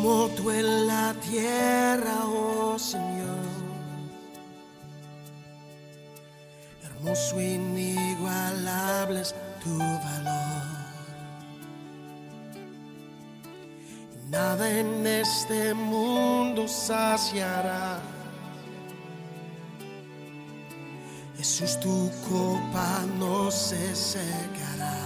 como tú en la tierra, oh Señor. Hermoso, inigualable es tu valor. Y nada en este mundo saciará. Jesús, tu copa no se secará.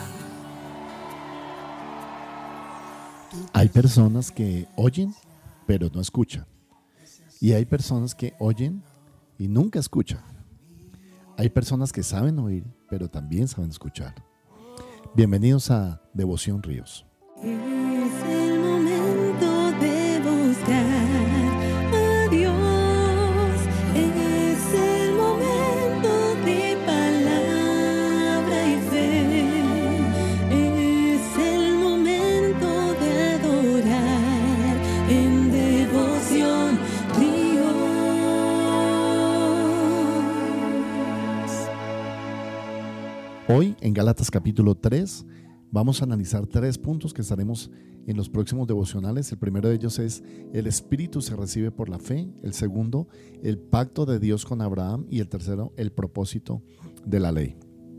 Hay personas que oyen, pero no escuchan. Y hay personas que oyen y nunca escuchan. Hay personas que saben oír, pero también saben escuchar. Bienvenidos a Devoción Ríos. Es el momento de buscar a Dios. Es el momento de palabra y fe. Es el momento de adorar en devoción Dios. Hoy en Gálatas capítulo 3 vamos a analizar 3 puntos que estaremos en los próximos devocionales. El primero de ellos es: el Espíritu se recibe por la fe. El segundo, el pacto de Dios con Abraham. Y el tercero, el propósito de la ley.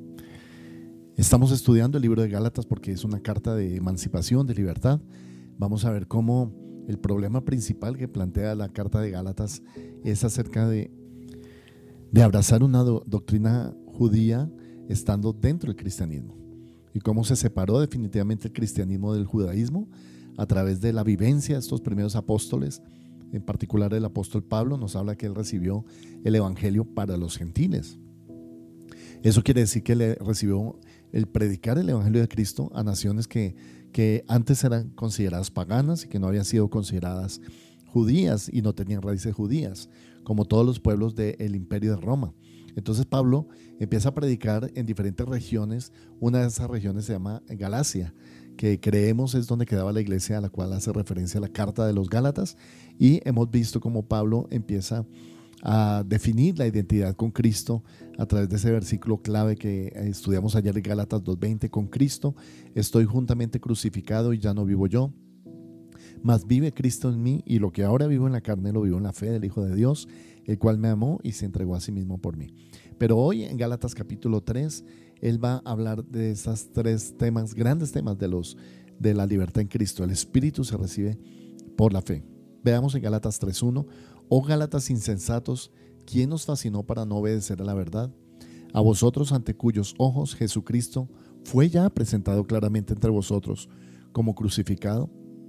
Estamos estudiando el libro de Gálatas porque es una carta de emancipación, de libertad. Vamos a ver cómo el problema principal que plantea la carta de Gálatas es acerca de abrazar una doctrina judía estando dentro del cristianismo, y cómo se separó definitivamente el cristianismo del judaísmo a través de la vivencia de estos primeros apóstoles. En particular el apóstol Pablo nos habla que él recibió el evangelio para los gentiles. Eso quiere decir que él recibió el predicar el evangelio de Cristo a naciones que antes eran consideradas paganas y que no habían sido consideradas judías y no tenían raíces judías, como todos los pueblos del imperio de Roma. Entonces Pablo empieza a predicar en diferentes regiones. Una de esas regiones se llama Galacia, que creemos es donde quedaba la iglesia a la cual hace referencia la carta de los Gálatas, y hemos visto cómo Pablo empieza a definir la identidad con Cristo a través de ese versículo clave que estudiamos ayer en Gálatas 2:20: con Cristo estoy juntamente crucificado y ya no vivo yo, mas vive Cristo en mí, y lo que ahora vivo en la carne lo vivo en la fe del Hijo de Dios, el cual me amó y se entregó a sí mismo por mí. Pero hoy en Gálatas capítulo 3, él va a hablar de esos 3 temas, grandes temas de la libertad en Cristo. El Espíritu se recibe por la fe. Veamos en Gálatas 3:1: oh Gálatas insensatos, ¿quién os fascinó para no obedecer a la verdad? A vosotros, ante cuyos ojos Jesucristo fue ya presentado claramente entre vosotros como crucificado.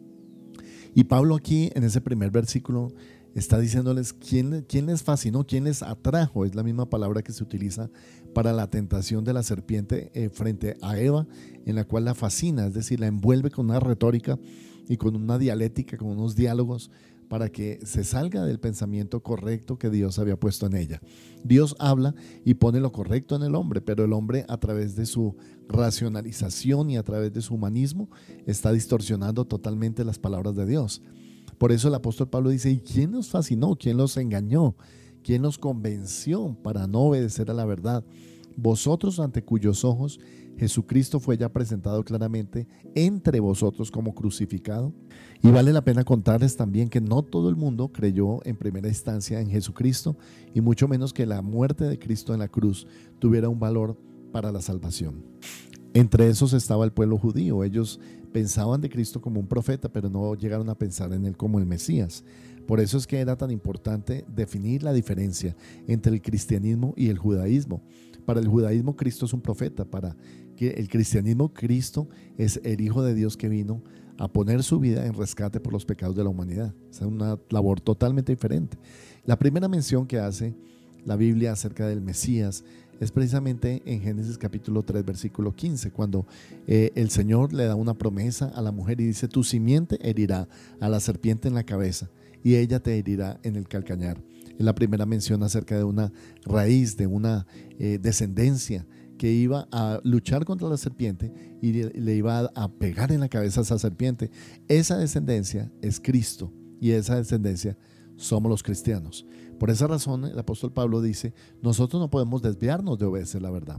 Y Pablo aquí en ese primer versículo está diciéndoles quién les fascinó, quién les atrajo. Es la misma palabra que se utiliza para la tentación de la serpiente frente a Eva, en la cual la fascina, es decir, la envuelve con una retórica y con una dialéctica, con unos diálogos, para que se salga del pensamiento correcto que Dios había puesto en ella. Dios habla y pone lo correcto en el hombre, pero el hombre, a través de su racionalización y a través de su humanismo, está distorsionando totalmente las palabras de Dios. Por eso el apóstol Pablo dice: ¿y quién los fascinó? ¿Quién los engañó? ¿Quién los convenció para no obedecer a la verdad? Vosotros, ante cuyos ojos Jesucristo fue ya presentado claramente entre vosotros como crucificado. Y vale la pena contarles también que no todo el mundo creyó en primera instancia en Jesucristo, y mucho menos que la muerte de Cristo en la cruz tuviera un valor para la salvación. Entre esos estaba el pueblo judío. Ellos pensaban de Cristo como un profeta, pero no llegaron a pensar en él como el Mesías. Por eso es que era tan importante definir la diferencia entre el cristianismo y el judaísmo. Para el judaísmo, Cristo es un profeta. Para el cristianismo, Cristo es el Hijo de Dios que vino a poner su vida en rescate por los pecados de la humanidad. Es una labor totalmente diferente. La primera mención que hace la Biblia acerca del Mesías es precisamente en Génesis capítulo 3 versículo 15, cuando el Señor le da una promesa a la mujer y dice: tu simiente herirá a la serpiente en la cabeza y ella te herirá en el calcañar. Es la primera mención acerca de una raíz, de una descendencia que iba a luchar contra la serpiente y le iba a pegar en la cabeza a esa serpiente. Esa descendencia es Cristo, y esa descendencia somos los cristianos. Por esa razón el apóstol Pablo dice: nosotros no podemos desviarnos de obedecer la verdad.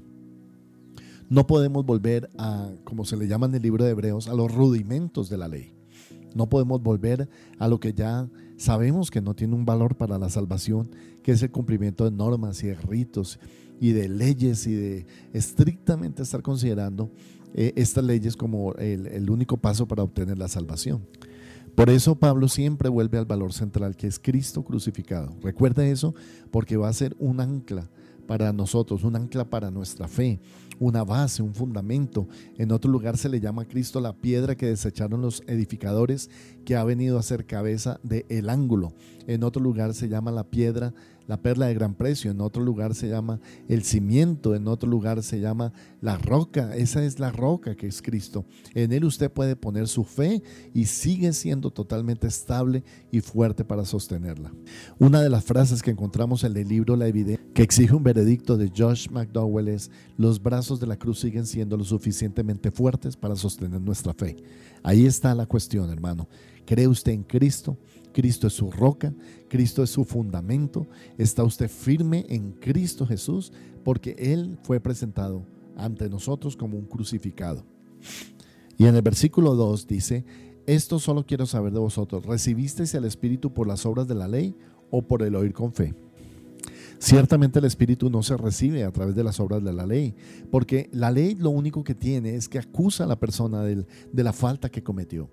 No podemos volver a, como se le llama en el libro de Hebreos, a los rudimentos de la ley. No podemos volver a lo que ya sabemos que no tiene un valor para la salvación, que es el cumplimiento de normas y de ritos y de leyes y de estrictamente estar considerando estas leyes como el único paso para obtener la salvación. Por eso Pablo siempre vuelve al valor central, que es Cristo crucificado. Recuerda eso, porque va a ser un ancla para nosotros, un ancla para nuestra fe, una base, un fundamento. En otro lugar se le llama a Cristo la piedra que desecharon los edificadores, que ha venido a ser cabeza del ángulo. En otro lugar se llama la piedra, la perla de gran precio. En otro lugar se llama el cimiento. En otro lugar se llama la roca. Esa es la roca que es Cristo. En Él usted puede poner su fe y sigue siendo totalmente estable y fuerte para sostenerla. Una de las frases que encontramos en el libro La Evidencia, que exige un veredicto, de Josh McDowell, es: los brazos de la cruz siguen siendo lo suficientemente fuertes para sostener nuestra fe. Ahí está la cuestión, hermano. ¿Cree usted en Cristo? Cristo es su roca, Cristo es su fundamento. ¿Está usted firme en Cristo Jesús? Porque Él fue presentado ante nosotros como un crucificado. Y en el versículo 2 dice: esto solo quiero saber de vosotros, ¿recibisteis el Espíritu por las obras de la ley o por el oír con fe? Ciertamente el Espíritu no se recibe a través de las obras de la ley, porque la ley lo único que tiene es que acusa a la persona de la falta que cometió.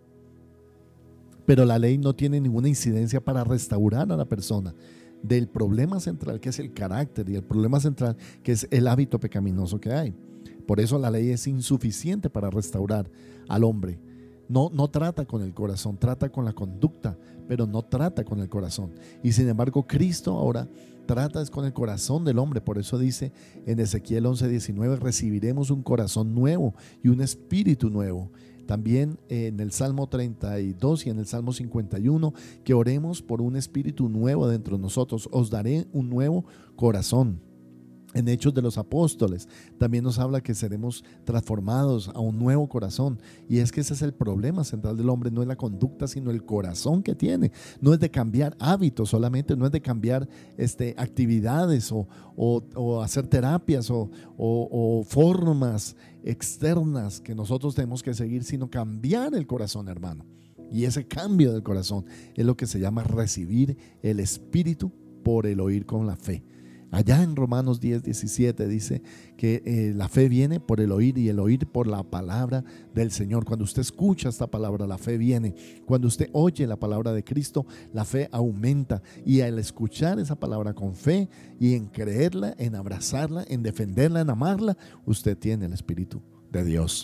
Pero la ley no tiene ninguna incidencia para restaurar a la persona del problema central, que es el carácter, y el problema central, que es el hábito pecaminoso que hay. Por eso la ley es insuficiente para restaurar al hombre. No trata con el corazón, trata con la conducta, pero no trata con el corazón. Y sin embargo, Cristo ahora trata con el corazón del hombre. Por eso dice en Ezequiel 11:19: recibiremos un corazón nuevo y un espíritu nuevo. También en el Salmo 32 y en el Salmo 51, que oremos por un espíritu nuevo dentro de nosotros. Os daré un nuevo corazón. En Hechos de los Apóstoles también nos habla que seremos transformados a un nuevo corazón. Y es que ese es el problema central del hombre, no es la conducta, sino el corazón que tiene. No es de cambiar hábitos solamente, no es de cambiar actividades o hacer terapias o formas externas que nosotros tenemos que seguir, sino cambiar el corazón, hermano. Y ese cambio del corazón es lo que se llama recibir el Espíritu por el oír con la fe. Allá en Romanos 10:17 dice que la fe viene por el oír y el oír por la palabra del Señor. Cuando usted escucha esta palabra, la fe viene. Cuando usted oye la palabra de Cristo, la fe aumenta. Y al escuchar esa palabra con fe y en creerla, en abrazarla, en defenderla, en amarla, usted tiene el Espíritu de Dios.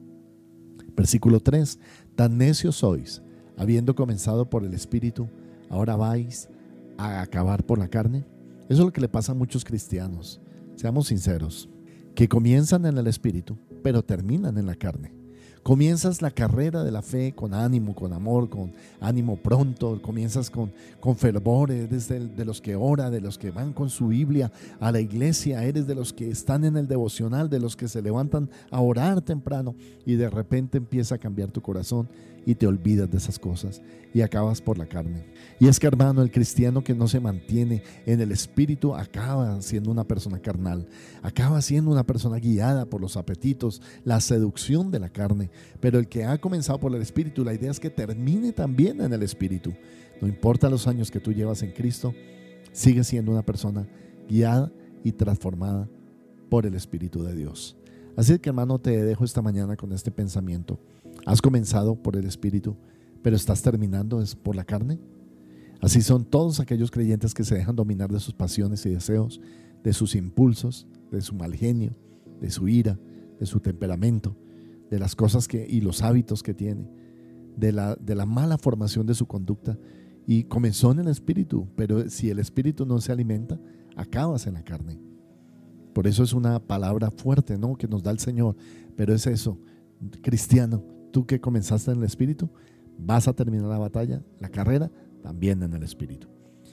Versículo 3: tan necios sois, habiendo comenzado por el Espíritu, ahora vais a acabar por la carne. Eso es lo que le pasa a muchos cristianos, seamos sinceros, que comienzan en el Espíritu, pero terminan en la carne. Comienzas la carrera de la fe con ánimo, con amor, con ánimo pronto. Comienzas con fervor, eres de los que ora, de los que van con su Biblia a la iglesia, eres de los que están en el devocional, de los que se levantan a orar temprano, y de repente empieza a cambiar tu corazón y te olvidas de esas cosas y acabas por la carne. Y es que, hermano, el cristiano que no se mantiene en el Espíritu acaba siendo una persona carnal, acaba siendo una persona guiada por los apetitos, la seducción de la carne. Pero el que ha comenzado por el Espíritu, la idea es que termine también en el Espíritu. No importa los años que tú llevas en Cristo, sigue siendo una persona guiada y transformada por el Espíritu de Dios. Así que, hermano, te dejo esta mañana con este pensamiento. ¿Has comenzado por el Espíritu, pero estás terminando por la carne? Así son todos aquellos creyentes que se dejan dominar de sus pasiones y deseos, de sus impulsos, de su mal genio, de su ira, de su temperamento, de las cosas y los hábitos que tiene, de la mala formación de su conducta. Y comenzó en el Espíritu, pero si el Espíritu no se alimenta, acabas en la carne. Por eso es una palabra fuerte, ¿no?, que nos da el Señor. Pero es eso, cristiano, tú que comenzaste en el Espíritu, vas a terminar la batalla, la carrera, también en el Espíritu.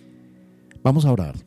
Vamos a orar.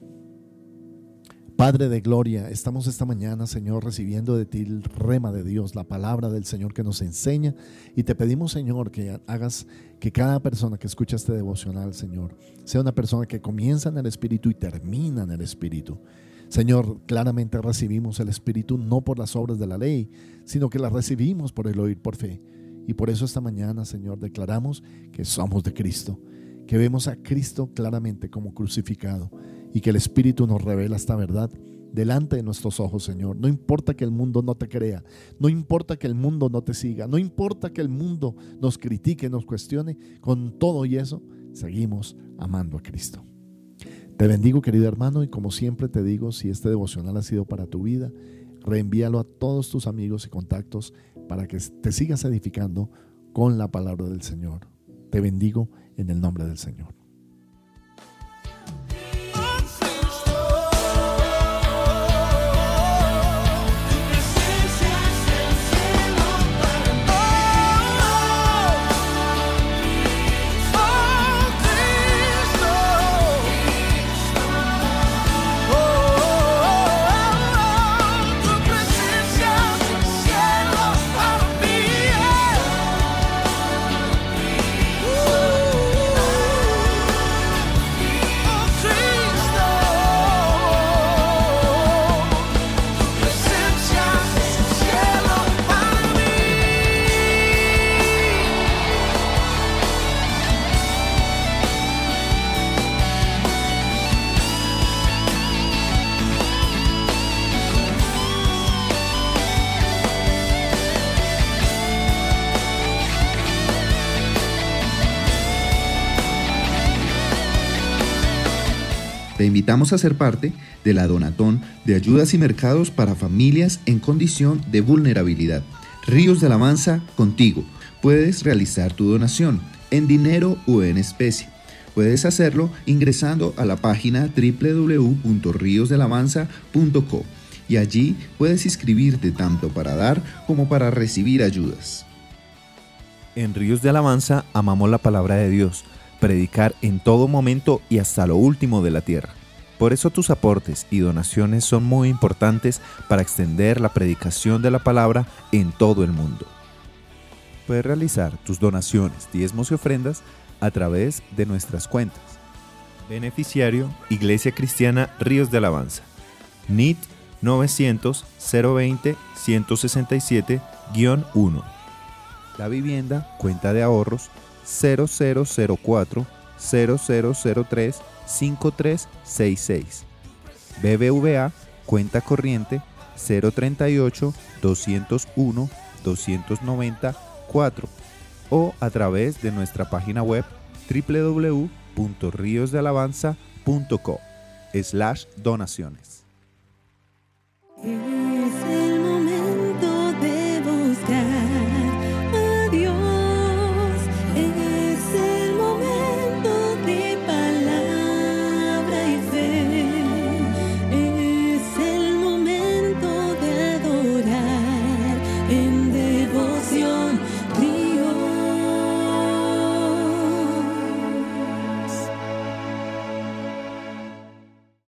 Padre de gloria, estamos esta mañana, Señor, recibiendo de ti el rema de Dios, la palabra del Señor que nos enseña, y te pedimos, Señor, que hagas que cada persona que escucha este devocional, Señor, sea una persona que comienza en el Espíritu y termina en el Espíritu. Señor, claramente recibimos el Espíritu no por las obras de la ley, sino que la recibimos por el oír por fe. Y por eso esta mañana, Señor, declaramos que somos de Cristo, que vemos a Cristo claramente como crucificado y que el Espíritu nos revela esta verdad delante de nuestros ojos, Señor. No importa que el mundo no te crea, no importa que el mundo no te siga, no importa que el mundo nos critique, nos cuestione, con todo y eso, seguimos amando a Cristo. Te bendigo, querido hermano, y como siempre te digo, si este devocional ha sido para tu vida, reenvíalo a todos tus amigos y contactos para que te sigas edificando con la palabra del Señor. Te bendigo en el nombre del Señor. Te invitamos a ser parte de la Donatón de ayudas y mercados para familias en condición de vulnerabilidad. Ríos de Alabanza contigo. Puedes realizar tu donación en dinero o en especie. Puedes hacerlo ingresando a la página www.riosdelavanza.co y allí puedes inscribirte tanto para dar como para recibir ayudas. En Ríos de Alabanza amamos la palabra de Dios, predicar en todo momento y hasta lo último de la tierra. Por eso tus aportes y donaciones son muy importantes para extender la predicación de la palabra en todo el mundo. Puedes realizar tus donaciones, diezmos y ofrendas a través de nuestras cuentas. Beneficiario, Iglesia Cristiana Ríos de Alabanza. NIT 900 020 167-1. La vivienda, cuenta de ahorros 0004 0003 5366. BBVA, cuenta corriente 038 201 294 o a través de nuestra página web www.riosdealabanza.co/donaciones.